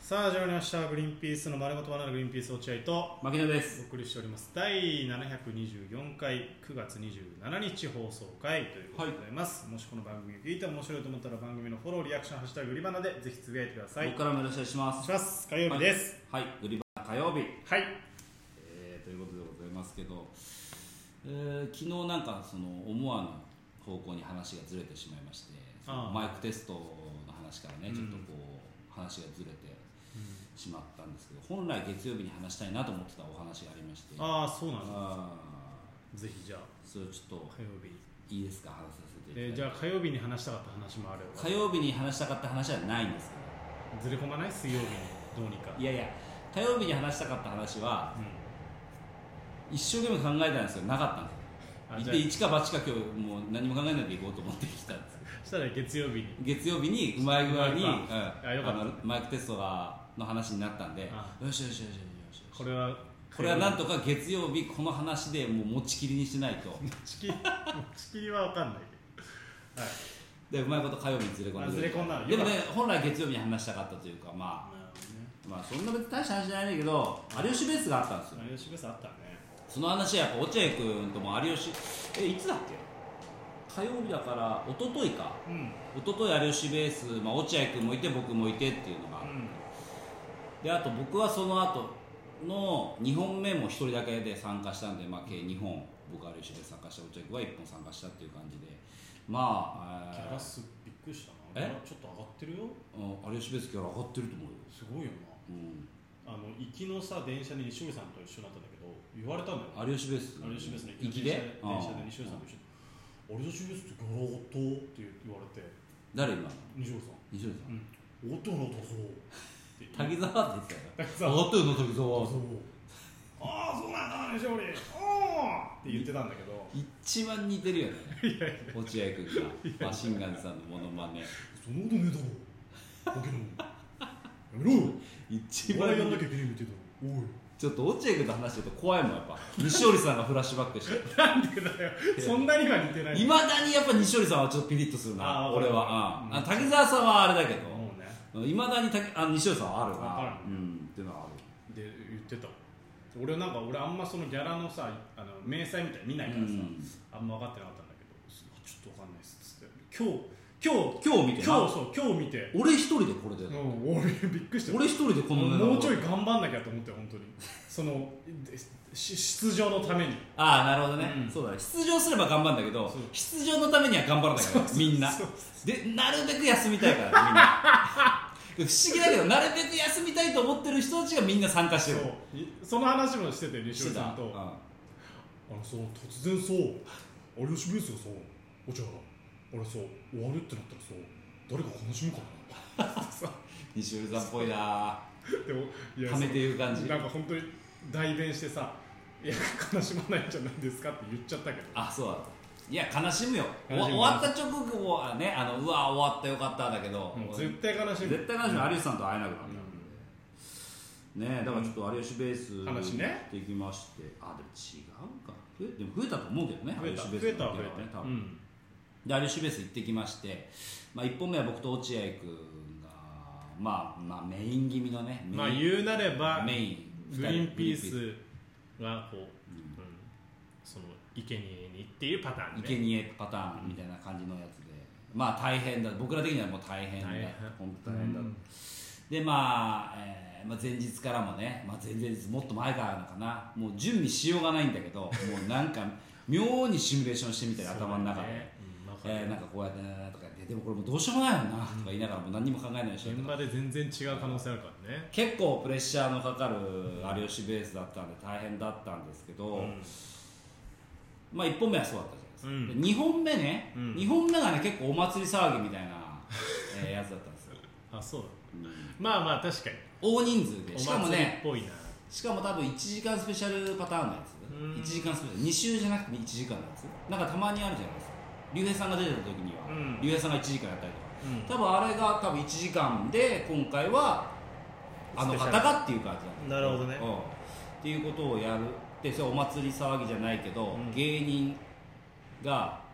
さあ始まりました。グリーンピースの丸ごとバナナグリーンピース落合と牧野ですお送りしております第724回9月27日放送回ということでございます、もしこの番組を聞いて面白いと思ったら番組のフォローリアクションハッシュタググリバナでぜひつぶやいてください。 僕からもよろしくお願いします。 お願いします。火曜日です。 はい、グリバナ火曜日、 はい、 ということでございますけど、昨日なんかその思わぬ方向に話がずれてしまいまして、マイクテストの話からね、ちょっとこう話がずれてしまったんですけど、本来月曜日に話したいなと思ってたお話がありまして、 ああそうなんです。ぜひじゃあそれをちょっと火曜日いいですか、話させていただいて。 じゃあ火曜日に話したかった話もある。 火曜日に話したかった話はないんですけど、 ずれ込まない？水曜日にどうにか。 いやいや、火曜日に話したかった話は、一生懸命考えたんですよ、なかったんですよ。で一か八か今日もう何も考えないでいこうと思ってきたんです。 そしたら月曜日にうまい具合にマイクテストの話になったんで、よしよしよしよし、これはなんとか月曜日この話でもう持ちきりにしないと。 持ちきりは分かんないけど、はい、 でうまいこと火曜日にずれ込んでる。でもね、本来月曜日に話したかったというか、まあそんな別に大した話じゃないんだけど、有吉ベースがあったんですよ。 有吉ベースあったね。その話はやっぱ落合君とも有吉、いつだっけ、火曜日だから一昨日か、一昨日有吉ベース、落合君もいて僕もいてっていうのが、であと僕はその後の2本目も1人だけで参加したんで、計2本僕は有吉ベース参加した、落合君は1本参加したっていう感じで、 ギャラスびっくりしたな。ちょっと上がってるよ。 有吉ベースギャラ上がってると思うよ。 すごいよな。行きのさ電車で西堀さんと一緒になったんだけど言われたんだよ。 有吉ベースの行きで電車で西堀さんと一緒に有吉ベースってギャラ上がったって言われて、 誰今の？ 西堀さん。 西堀さん。 上がったよなそう。 滝沢って言ってたよ。上がったよな滝沢。 ああそうなんだ西堀。おーって言ってたんだけど。 一番似てるよね。落合君がマシンガンズさんのモノマネ。 そんなことねえだろ。だけどやめろよ。一番やんなきゃいけないみたいだろ。おい。 ちょっと落合君と話してると怖いもんやっぱ。西堀さんがフラッシュバックして。 なんでだよ。そんなには似てない。 いまだにやっぱ西堀さんはちょっとピリッとするな。俺は。滝沢さんはあれだけど。いまだに西堀さんはあるな。っていうのはある。 で言ってた。俺あんまそのギャラのさ明細みたいに見ないからさ、あんま分かってなかったんだけど、ちょっと分かんないっすっつって今日見て今日見て俺一人でこれで、 俺びっくりして、 俺一人でこのもうちょい頑張んなきゃと思って本当にその出場のために。 なるほどね、そうだね、出場すれば頑張るんだけど出場のためには頑張らないからみんなでなるべく休みたいからみんな不思議だけどなるべく休みたいと思ってる人たちがみんな参加してる。 その話もしてて西尾さんと突然有吉ベースがお茶が俺終わるってなったら誰か悲しむかな西尾さんっぽいな。 でもためていう感じ、 なんか本当に代弁してさ、いや悲しまないんじゃないですかって言っちゃったけど。 そうだ。いや悲しむよ。終わった直後はね、うわ終わったよかっただけど、 絶対悲しむ。 絶対悲しむ。有吉さんと会えなくなるね。だからちょっと有吉ベース話ねできまして、でも違うか。でも増えたと思うけどね。 増えたは増えた多分。で有吉ベース行ってきまして、1本目は僕と落合君がメイン気味のね、 言うなればメイングリーンピースがその生贄にっていうパターンね。 生贄パターンみたいな感じのやつで、大変だ、僕ら的にはもう大変だ、本当大変だ。で前日からもね、前々日もっと前からなのかな、もう準備しようがないんだけど、もうなんか妙にシミュレーションしてみたり頭の中で。なんかこうやってとかでもこれもうどうしようもないよなとか言いながらもう何にも考えないでしょ。 現場で全然違う可能性あるからね。 結構プレッシャーのかかる有吉ベースだったんで大変だったんですけど、1本目はそうだったじゃないですか。2本目ね、2本目がね結構お祭り騒ぎみたいなやつだったんですよ。 そうだ。確かに大人数で、しかもね、しかも多分1時間スペシャルパターンのやつ、1時間スペシャル2週じゃなくて1時間のやつなんかたまにあるじゃないですか。竜兵さんが出てた時には、竜兵さんが1時間やったりとか、多分あれが1時間で今回はあの方がっていう感じだった。なるほどね。 っていうことをやるって、それお祭り騒ぎじゃないけど、芸人が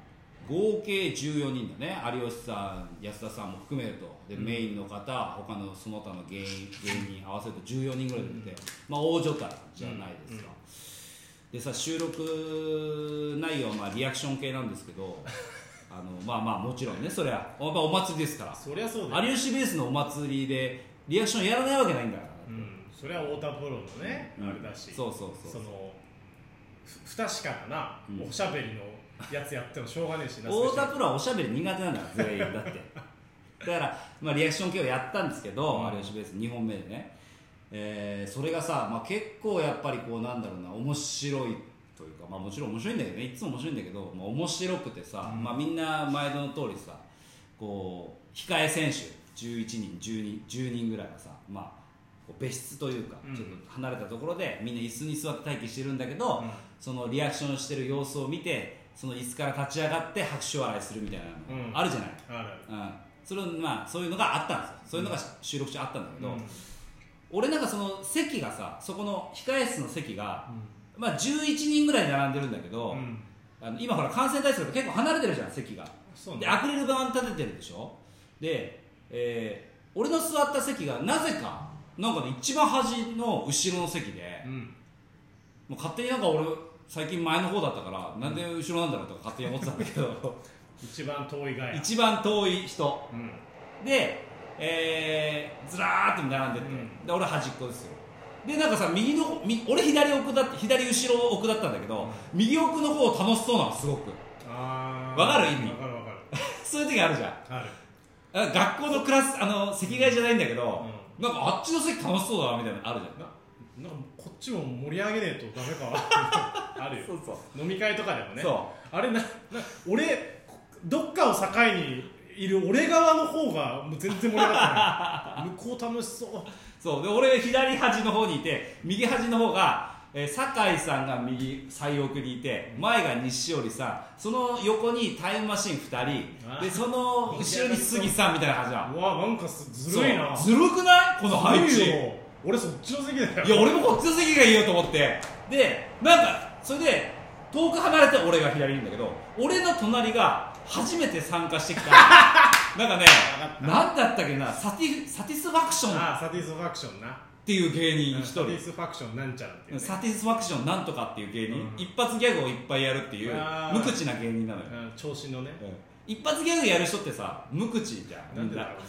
合計14人だね、有吉さん、安田さんも含めると、でメインの方、他のその他の芸人合わせると14人ぐらい出てて、まあ、大所帯じゃないですか。でさ、収録内容はまあリアクション系なんですけどまあまあもちろんね、それはやっぱお祭りですから、 そりゃそうだよ、 有吉ベースのお祭りでリアクションやらないわけないんだから、 それは太田プロのね、あれだし、その不確かなおしゃべりのやつやってもしょうがねえしな。 太田プロはおしゃべり苦手なんだから全員だってだから、まあ、リアクション系をやったんですけど、有吉ベース2本目でね、それがさ、まあ、結構やっぱりこうなんだろうな、面白いというか、まあ、もちろん面白いんだけどね、いつも面白いんだけど、まあ、面白くてさ、まあ、みんな毎度の通りさ、こう控え選手11人10人ぐらいがさ、まあ、こう別室というか、ちょっと離れたところでみんな椅子に座って待機してるんだけど、そのリアクションしてる様子を見て、その椅子から立ち上がって拍手笑いするみたいなのあるじゃない、それまあ、そういうのがあったんですよ。そういうのが収録中あったんだけど、俺なんかその席がさ、そこの控え室の席が、まあ、11人ぐらい並んでるんだけど、今ほら感染対策で結構離れてるじゃん、席が。でアクリル板立ててるでしょ。で、俺の座った席がなぜかなんかね、一番端の後ろの席で、もう勝手になんか俺最近前の方だったから、なんで後ろなんだろうとか勝手に思ってたんだけど一番遠いがや、 一番遠い人、で、ずらーっと並んでて、で俺端っこですよ。でなんかさ、俺左後ろ奥だったんだけど、右奥の方楽しそうなの、すごく。わかる意味。 わかるそういう時あるじゃん。 ある。 学校のクラス席替えじゃないんだけど、なんかあっちの席楽しそうだなみたいなのあるじゃん。 なんかこっちも盛り上げねえとダメかあるよ。 そうそう、 飲み会とかでもね。 そう、 あれ俺どっかを境にいる俺側の方がもう全然盛り上がってない向こう楽しそう。 そうで、俺左端の方にいて、右端の方が、酒井さんが右最奥にいて、前が西織さん、その横にタイムマシン2人で、その後ろに杉さんみたいな感じじゃん。 うわ、なんかずるいな。 ずるくないこの配置。 俺そっちの席だよ。 いや、俺もこっちの席がいいよと思って、でなんかそれで遠く離れて俺が左にいるんだけど、俺の隣が初めて参加してきたなんかね、なんだったっけな、サティスファクション、 サティスファクションなっていう芸人一人、 サティスファクションなんちゃらっていう、 サティスファクションなんとかっていう芸人、一発ギャグをいっぱいやるっていう無口な芸人なのよ。 調子のね、 一発ギャグやる人ってさ、無口じゃん。 なんでだろうね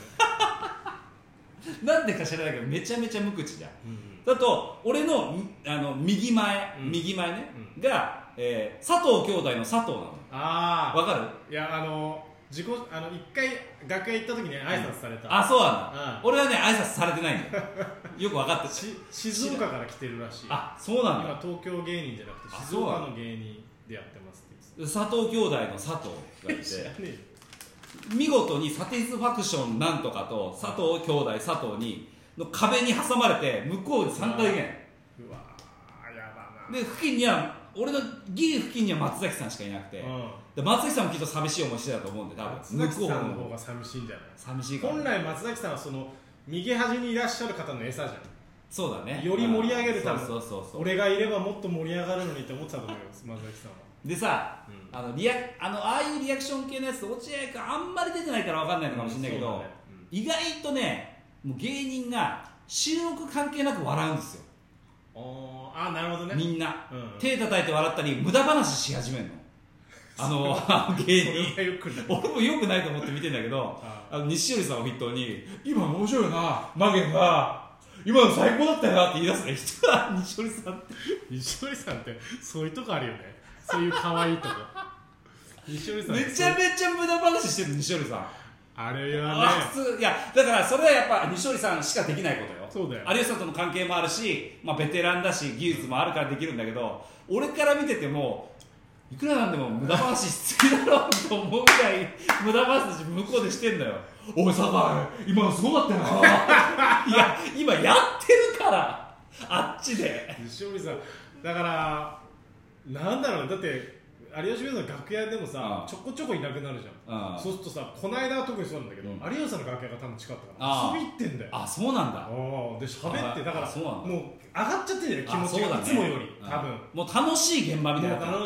なんでか知らないけどめちゃめちゃ無口じゃん、だと俺の右前ね、が、佐藤兄弟の佐藤なの。わかる？ いや、一回楽屋行った時に挨拶された。 そうなんだ。俺はね、挨拶されてないんだよ。よく分かって。 静岡から来てるらしい。 そうなんだ。 今東京芸人じゃなくて静岡の芸人でやってますって。 佐藤兄弟の佐藤がいて見事にサティスファクションなんとかと佐藤兄弟佐藤にの壁に挟まれて向こうに参加できない。 うわー、やだな。 で付近には俺のギリ付近には松崎さんしかいなくて、で松崎さんもきっと寂しい思いしてたと思うんで、多分松崎さんの方が寂しいんじゃない？ 寂しいから、 本来松崎さんはその右端にいらっしゃる方の餌じゃん。 そうだね、 より盛り上げるため、 俺がいればもっと盛り上がるのにって思ってたと思います松崎さんは。 でさ、ああいうリアクション系のやつって落合君あんまり出てないから分かんないのかもしれないけど、意外とね、もう芸人が収録関係なく笑うんですよ。 なるほどね。 みんな、手叩いて笑ったり無駄話し始めるの芸人俺もよくないと思って見てんだけど、西織さんを筆頭に今面白いな、マゲが今の最高だったよなって言い出すね人は西織さんって。 西織さんってそういうとこあるよね、そういう可愛いとこ西織さんめちゃめちゃ無駄話してる西織さん。 あれはね、 普通、いやだからそれはやっぱ西織さんしかできないことよ。 そうだよ。 有吉さんとの関係もあるし、ベテランだし技術もあるからできるんだけど、俺から見ててもいくらなんでも無駄話しすぎだろうと思うぐらい無駄話向こうでしてんだよ。おい酒井、今のすごかったよないや今やってるからあっちで。 西織さんだからなんだろうね、だって有吉ベースの楽屋でもさ、ちょこちょこいなくなるじゃん。そうするとさ、この間は特にそうなんだけど、有吉さんの楽屋が多分近かったから遊び行ってんだよ。 そうなんだ。 で喋って、だからもう上がっちゃってんだよ、気持ちがいいつもより多分。 もう楽しい現場みたいな。 楽しい。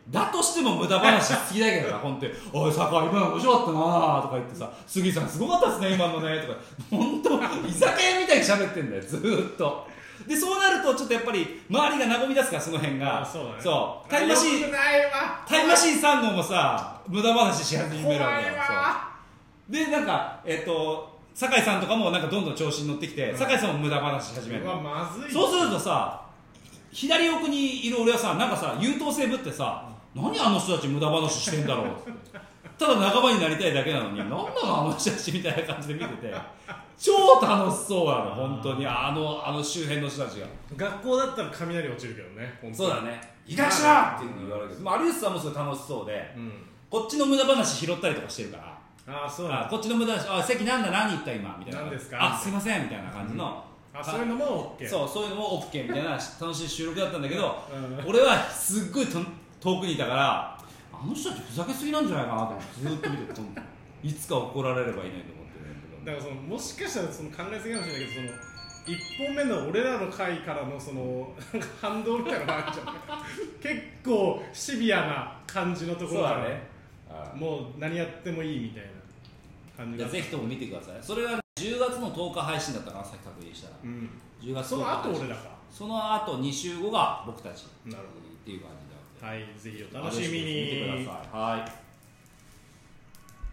だとしても無駄話好きだけどな、本当に。おい、酒井、今の面白かったなとか言ってさ、杉さんすごかったですね、今のね、とか、本当、居酒屋みたいに喋ってんだよ、ずーっと。で、そうなると、ちょっとやっぱり、周りが和み出すから、その辺が。 そうだね。 そう。タイムマシーン3号もさ、無駄話し始めるわけよ。そうで、なんか、酒井さんとかもなんかどんどん調子に乗ってきて、酒井さんも無駄話し始める。 まずい。 そうするとさ、左奥にいる俺はさ、なんかさ、優等生ぶってさ、何あの人たち無駄話してんだろうって。ただ仲間になりたいだけなのに、なんなのあの人たちみたいな感じで見てて、超楽しそうなの、本当に、あの周辺の人たちが。 学校だったら雷落ちるけどね、本当に。 そうだね。いかしらっていうふうに言われるけど、有吉さんもすごい楽しそうで、こっちの無駄話拾ったりとかしてるから、 そうなんだ。 こっちの無駄話、席なんだ、何言った今みたいな。 何ですか、 すいませんみたいな感じの。 そういうのも OK。 そういうのも OK みたいな楽しい収録だったんだけど、俺はすっごい遠くにいたから、あの人たちふざけすぎなんじゃないかなとずっと見てて、いつか怒られればいないと思ってね。 だからもしかしたら考えすぎかもしれないけど、1本目の俺らの回からの反動みたいなのがあるじゃん。結構シビアな感じのところから、ね、もう何やってもいいみたいな感じが。 ぜひとも見てください。それは10月の10日配信だったかな、さっき確認したら。10月10日。 その後俺らか。 その後2週後が僕たち。 なるほど。 っていう感じで。 はい、ぜひお楽しみに。 見てください。はい。